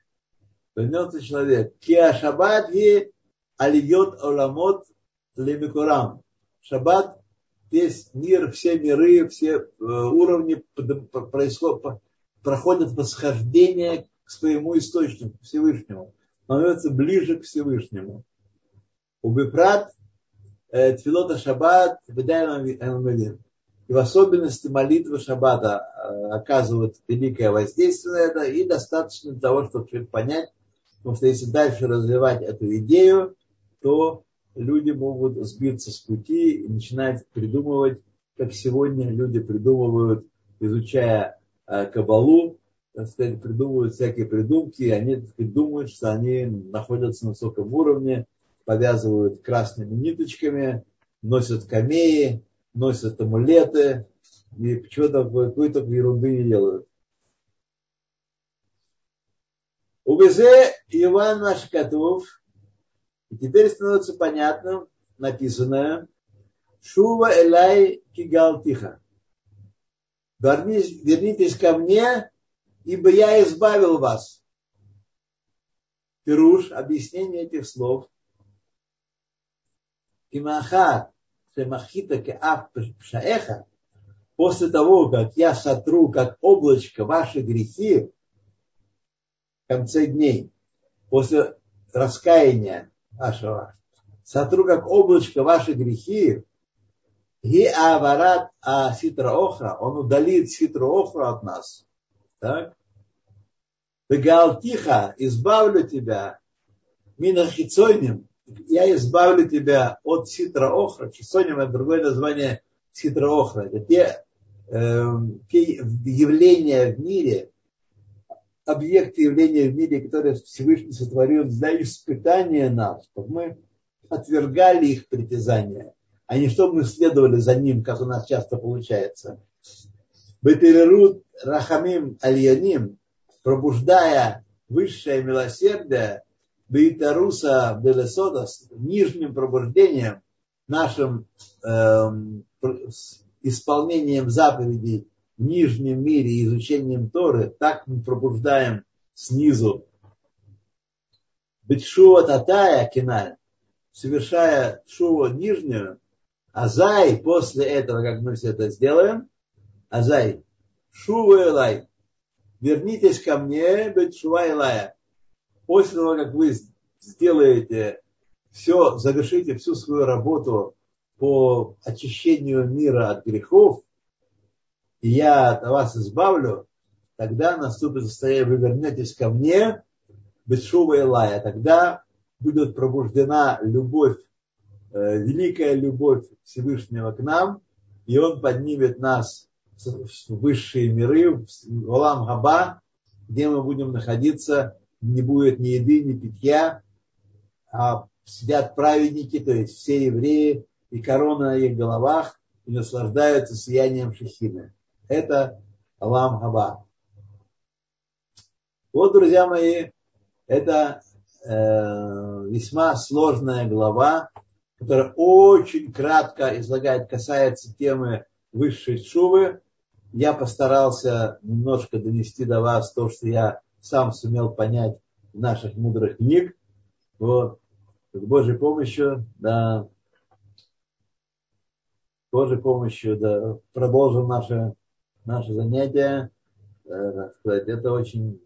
Киа шаббат и алиот оламот лемикурам. Шаббат, весь мир, все миры, все уровни проходят восхождение к своему источнику, к Всевышнему. Становится ближе к Всевышнему. Убипрат тфилота шаббат и в особенности молитвы шаббата оказывают великое воздействие на это, и достаточно того, чтобы человек понять, потому что если дальше развивать эту идею, то люди могут сбиться с пути и начинать придумывать, как сегодня люди придумывают, изучая Кабалу, так сказать, придумывают всякие придумки, и они думают, что они находятся на высоком уровне, повязывают красными ниточками, носят камеи, носят амулеты, и почему-то какой-то ерунды не делают. Увезе Иван наш Катув. И теперь становится понятным написанное. Шува элай кигалтиха. Вернитесь ко мне, ибо я избавил вас. Пируш, объяснение этих слов. Кимаха шемахита кеав пшаэха. После того, как я сотру, как облачко, ваши грехи в конце дней, после раскаяния вашего, сотру, как облачко, ваши грехи, и аварат ситра охра, он удалит ситру охру от нас. Так? Бегалтиха, избавлю тебя, минахицоним, я избавлю тебя от ситра охра. Хицоним — это другое название ситра охра. Это те явления в мире, объекты явления в мире, которые Всевышний сотворил для испытания нас, чтобы мы отвергали их притязания, а не чтобы мы следовали за ним, как у нас часто получается. Бетерерут рахамим альяним, пробуждая высшее милосердие, беитаруса белесодас, нижним пробуждением, нашим исполнением заповедей в нижнем мире и изучением Торы, так мы пробуждаем снизу. Бетшува татая киналь, совершая шуву нижнюю, азай, после этого, как мы все это сделаем, азай, шува элай, вернитесь ко мне, бетшува элая. После того, как вы сделаете все, завершите всю свою работу по очищению мира от грехов, и я от вас избавлю, тогда наступит состояние, вы вернетесь ко мне, без шува и лая. Тогда будет пробуждена любовь, великая любовь Всевышнего к нам, и Он поднимет нас в высшие миры, в Олам Хаба, где мы будем находиться, не будет ни еды, ни питья, а сидят праведники, то есть все евреи, и корона на их головах, и наслаждаются сиянием Шехины. Это Олам Хаба. Вот, друзья мои, это весьма сложная глава, которая очень кратко излагает, касается темы высшей тшувы. Я постарался немножко донести до вас то, что я сам сумел понять в наших мудрых книг. Вот. С Божьей помощью, да, с Божьей помощью, да, продолжим наше занятие. Так сказать, это очень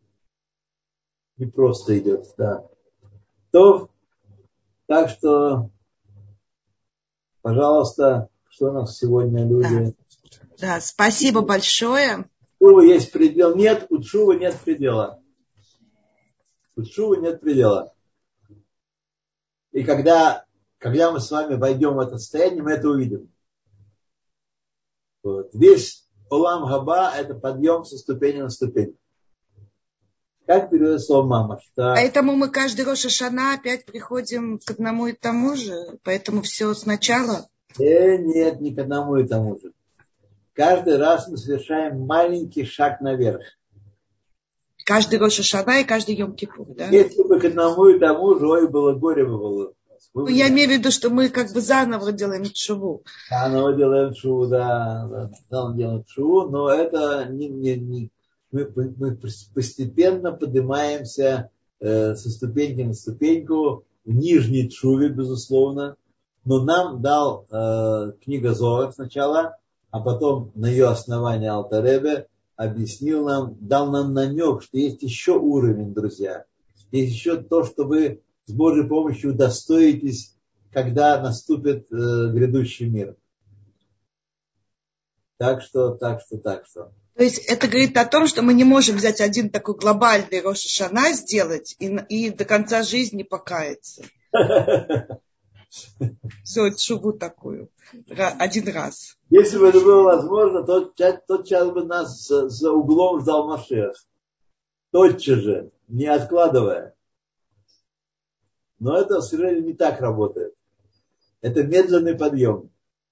непросто идет, да. То, так что, пожалуйста, что у нас сегодня люди? Да, спасибо большое. У Тшувы есть предел? Нет, у Тшувы нет предела. У Тшувы нет предела. И когда мы с вами войдем в это состояние, мы это увидим. Вот. Весь Олам Хаба – это подъем со ступени на ступень. Как переводит слово мама? Поэтому мы каждый Рош ха-Шана опять приходим к одному и тому же. Поэтому все сначала. Нет, не к одному и тому же. Каждый раз мы совершаем маленький шаг наверх. Каждый Рош ха-Шана и каждый Йом-Кипур, да? Если бы к одному и тому же, ой, было горе бы было. Ну, я имею в виду, что мы как бы заново делаем тшуву. Заново делаем тшуву, да. Заново делаем тшуву, но это не мы постепенно поднимаемся со ступеньки на ступеньку в нижней тшуве, безусловно. Но нам дал книга Зоар сначала, а потом на ее основании Алтер Ребе объяснил нам, дал нам намек, что есть еще уровень, друзья. Есть еще то, что вы с Божьей помощью удостоитесь, когда наступит грядущий мир. Так что. То есть это говорит о том, что мы не можем взять один такой глобальный Рош ха-Шана сделать и до конца жизни покаяться. Все, тшуву такую. Один раз. Если бы это было возможно, тот час бы нас за углом ждал Машиах. Тотчас же, не откладывая. Но это, к сожалению, не так работает. Это медленный подъем.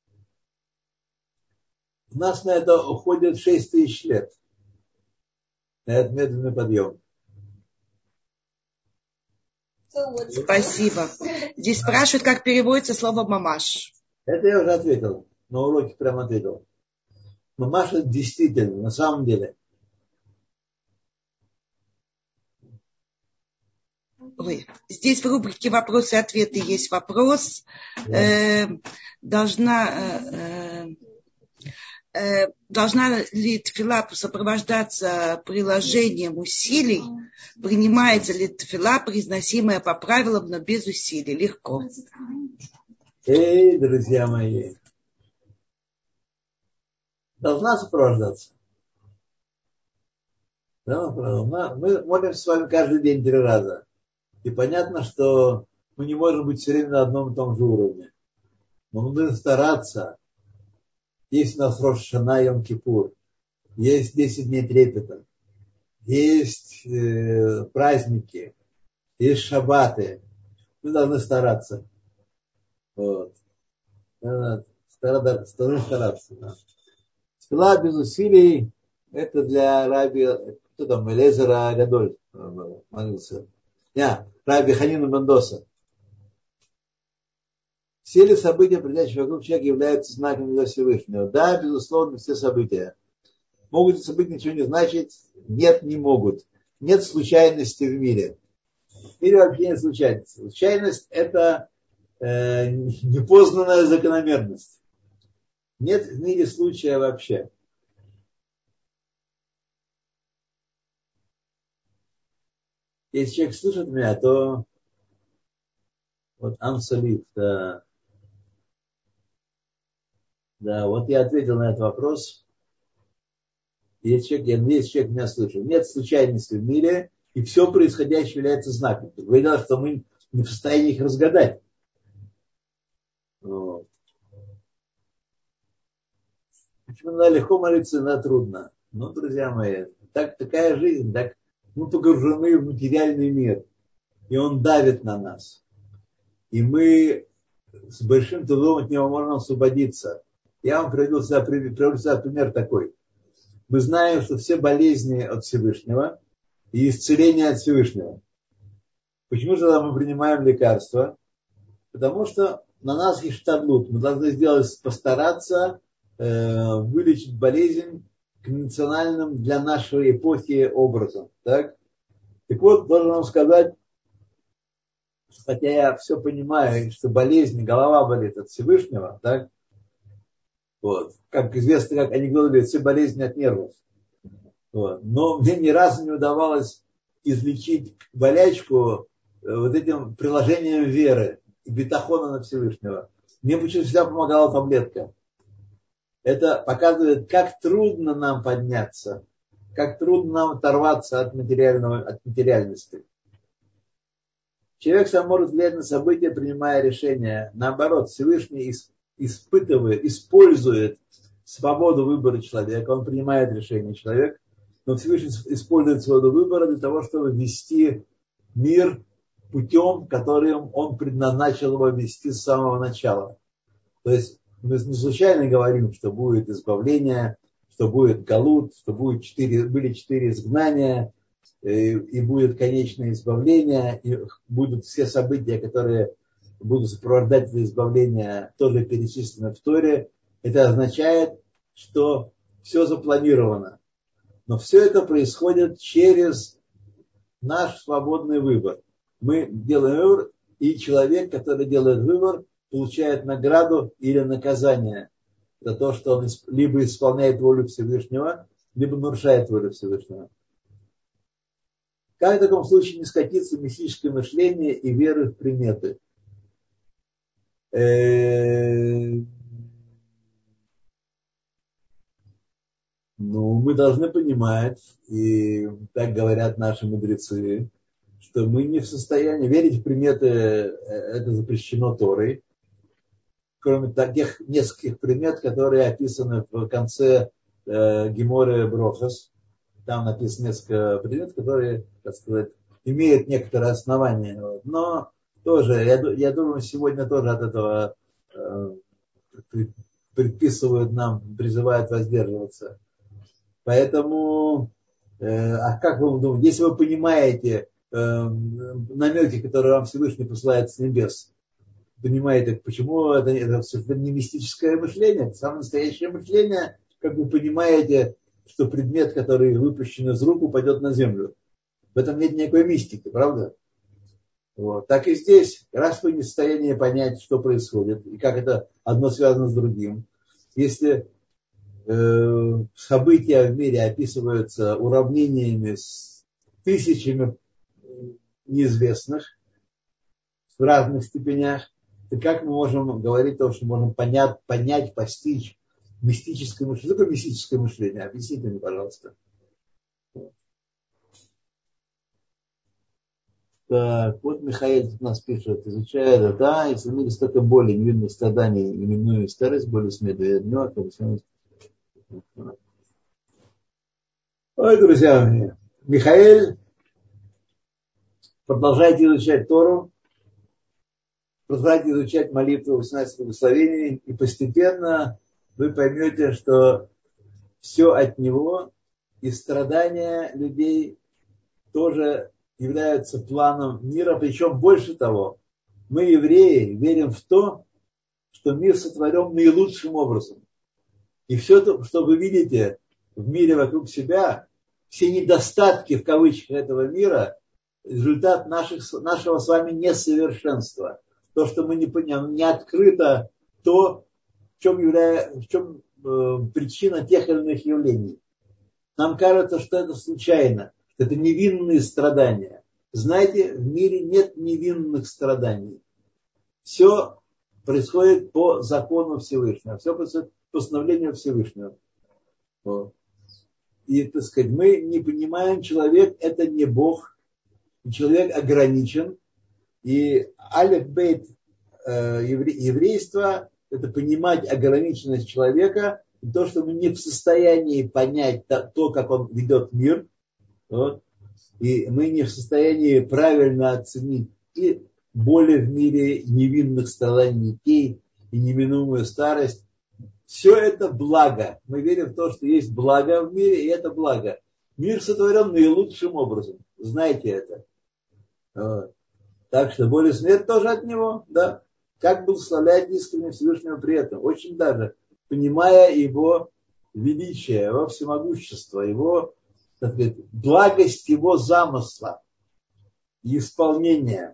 У нас на это уходит 6000 лет. На этот медленный подъем. Спасибо. Здесь спрашивают, как переводится слово «мамаш». Это я уже ответил. На уроке прямо ответил. Мамаш это действительно, на самом деле. Ой. Здесь в рубрике «Вопросы и ответы» есть вопрос. Должна ли тфила сопровождаться приложением усилий? Принимается ли тфила, произносимая по правилам, но без усилий? Легко. Эй, друзья мои. Должна сопровождаться. Да, мы молимся с вами каждый день 3 раза. И понятно, что мы не можем быть все время на одном и том же уровне. Но мы будем стараться. Есть у нас Рош ха-Шана, Йом-Кипур. Есть 10 дней трепета. Есть праздники. Есть шаббаты. Мы должны стараться. Вот. Должны стараться. Да. Тфила без усилий — это для раби, кто там, Элезера Гадоль молился. Раби Ханина Мендоса. Все ли события, происходящие вокруг человека, являются знаками для Всевышнего? Да, безусловно, все события. Могут события ничего не значить? Нет, не могут. Нет случайности в мире. В мире вообще нет случайности. Случайность – это непознанная закономерность. Нет в мире случая вообще. Если человек слышит меня, то вот Амсалит, да, вот я ответил на этот вопрос. Если человек меня слышит. Нет случайности в мире, и все происходящее является знаком. Вы видите, что мы не в состоянии их разгадать. Вот. Почему надо легко молиться, иногда трудно? Ну, друзья мои, такая жизнь, так мы погружены в материальный мир, и он давит на нас. И мы с большим трудом от него можем освободиться. Я вам приведу сюда пример такой. Мы знаем, что все болезни от Всевышнего и исцеление от Всевышнего. Почему же тогда мы принимаем лекарства? Потому что на нас есть штаблут. Мы должны постараться вылечить болезнь конвенциональным для нашей эпохи образом. Так вот, должен вам сказать, хотя я все понимаю, что болезнь, голова болит от Всевышнего, так? Вот. Как известно, как анекдот говорит, все болезни от нервов. Вот. Но мне ни разу не удавалось излечить болячку вот этим приложением веры и бетахона на Всевышнего. Мне почему-то всегда помогала таблетка. Это показывает, как трудно нам подняться, как трудно нам оторваться от материальности. Человек сам может влиять на события, принимая решения. Наоборот, Всевышний использует свободу выбора человека, он принимает решение человека, но Всевышний использует свободу выбора для того, чтобы вести мир путем, которым он предназначил его вести с самого начала. То есть мы не случайно говорим, что будет избавление, что будет галут, что были 4 изгнания, и будет конечное избавление, и будут все события, которые будут сопровождать это избавление, тоже перечислены в Торе. Это означает, что все запланировано. Но все это происходит через наш свободный выбор. Мы делаем выбор, и человек, который делает выбор, получает награду или наказание за то, что он либо исполняет волю Всевышнего, либо нарушает волю Всевышнего. Как в таком случае не скатиться в мистическое мышление и веры в приметы? Мы должны понимать, и так говорят наши мудрецы, что мы не в состоянии верить в приметы, это запрещено Торой, кроме таких нескольких примет, которые описаны в конце Геморы Брохас. Там написано несколько примет, которые, так сказать, имеют некоторые основания. Но тоже, я думаю, сегодня тоже от этого предписывают нам, призывают воздерживаться. Поэтому, как вы думаете, если вы понимаете, намеки, которые вам Всевышний посылает с небес. Понимаете, почему это совершенно не мистическое мышление, это самое настоящее мышление, как вы понимаете, что предмет, который выпущен из рук, упадет на землю. В этом нет никакой мистики, правда? Вот. Так и здесь, раз вы не в состоянии понять, что происходит, и как это одно связано с другим, если события в мире описываются уравнениями с тысячами неизвестных в разных степенях, то как мы можем говорить то, что можем понять, постичь мистическое мышление? Что такое мистическое мышление? Объясните мне, пожалуйста. Так, вот Михаил тут нас пишет, изучая, да, если в мире столько боли, невинных страданий, именную старость, боли смерти, ой, друзья мои, Михаил, продолжайте изучать Тору, продолжайте изучать молитву 18 благословений, и постепенно вы поймете, что все от него, и страдания людей тоже являются планом мира, причем больше того, мы, евреи, верим в то, что мир сотворен наилучшим образом. И все то, что вы видите в мире вокруг себя, все недостатки в кавычках этого мира, результат нашего с вами несовершенства. То, что мы не понимаем, не открыто то, в чем причина тех или иных явлений. Нам кажется, что это случайно, что это невинные страдания. Знаете, в мире нет невинных страданий. Все происходит по закону Всевышнего, все происходит по постановлению Всевышнего. Вот. И, так сказать, мы не понимаем, человек это не Бог, человек ограничен. И алеф-бейт еврейства – это понимать ограниченность человека, и то, что мы не в состоянии понять то, как он ведет мир, вот, и мы не в состоянии правильно оценить и боли в мире, невинных страданий детей, и неминуемую старость. Все это благо. Мы верим в то, что есть благо в мире, и это благо. Мир сотворен наилучшим образом. Знайте это. Вот. Так что боль и смерть тоже от него, да. Как благословлять искренне Всевышнего при этом. Очень даже понимая его величие, его всемогущество, его, так сказать, благость его замысла и исполнения.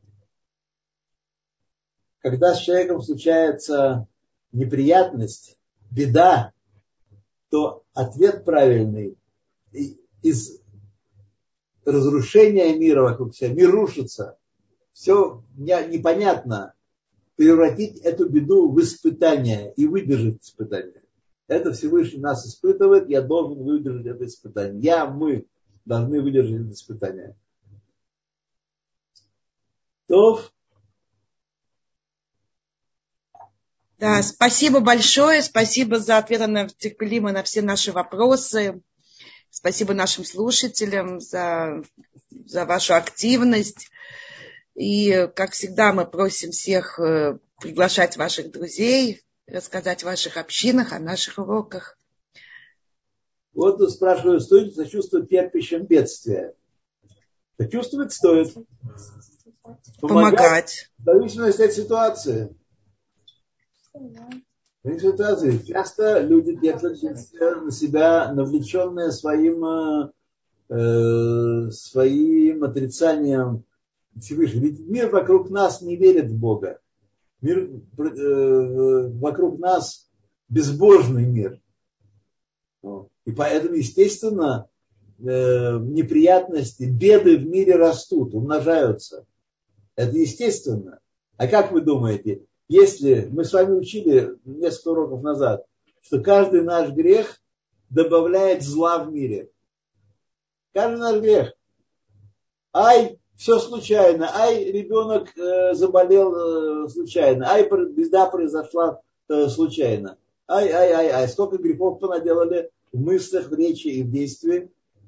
Когда с человеком случается неприятность, беда, то ответ правильный из разрушения мира вокруг себя, мир рушится, все непонятно, превратить эту беду в испытание и выдержать испытание. Это Всевышний нас испытывает, я должен выдержать это испытание. Мы должны выдержать это испытание. Тов. Да, спасибо большое, спасибо за ответы на все наши вопросы. Спасибо нашим слушателям за вашу активность. И, как всегда, мы просим всех приглашать ваших друзей, рассказать в ваших общинах о наших уроках. Вот тут спрашиваю, стоит ли сочувствовать терпящим бедствия? Сочувствовать стоит. Помогать. В зависимости от ситуации. Часто люди держат на себя навлеченные своим отрицанием Всевышнего. Ведь мир вокруг нас не верит в Бога. Мир вокруг нас безбожный мир. И поэтому, естественно, неприятности, беды в мире растут, умножаются. Это естественно. А как вы думаете, если мы с вами учили несколько уроков назад, что каждый наш грех добавляет зла в мире. Каждый наш грех. Ай, все случайно. Ай, ребенок заболел случайно. Ай, беда произошла случайно. Ай. Сколько грехов понаделали в мыслях, в речи и в действии.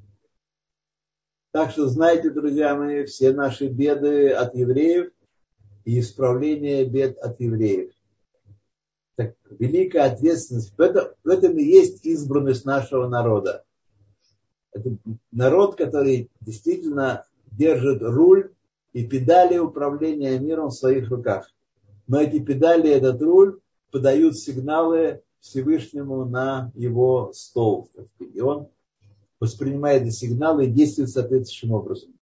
Так что знайте, друзья мои, все наши беды от евреев и исправление бед от евреев. Так, великая ответственность. В этом и есть избранность нашего народа. Это народ, который действительно держит руль и педали управления миром в своих руках. Но эти педали, этот руль подают сигналы Всевышнему на его стол. И он воспринимает эти сигналы и действует соответствующим образом.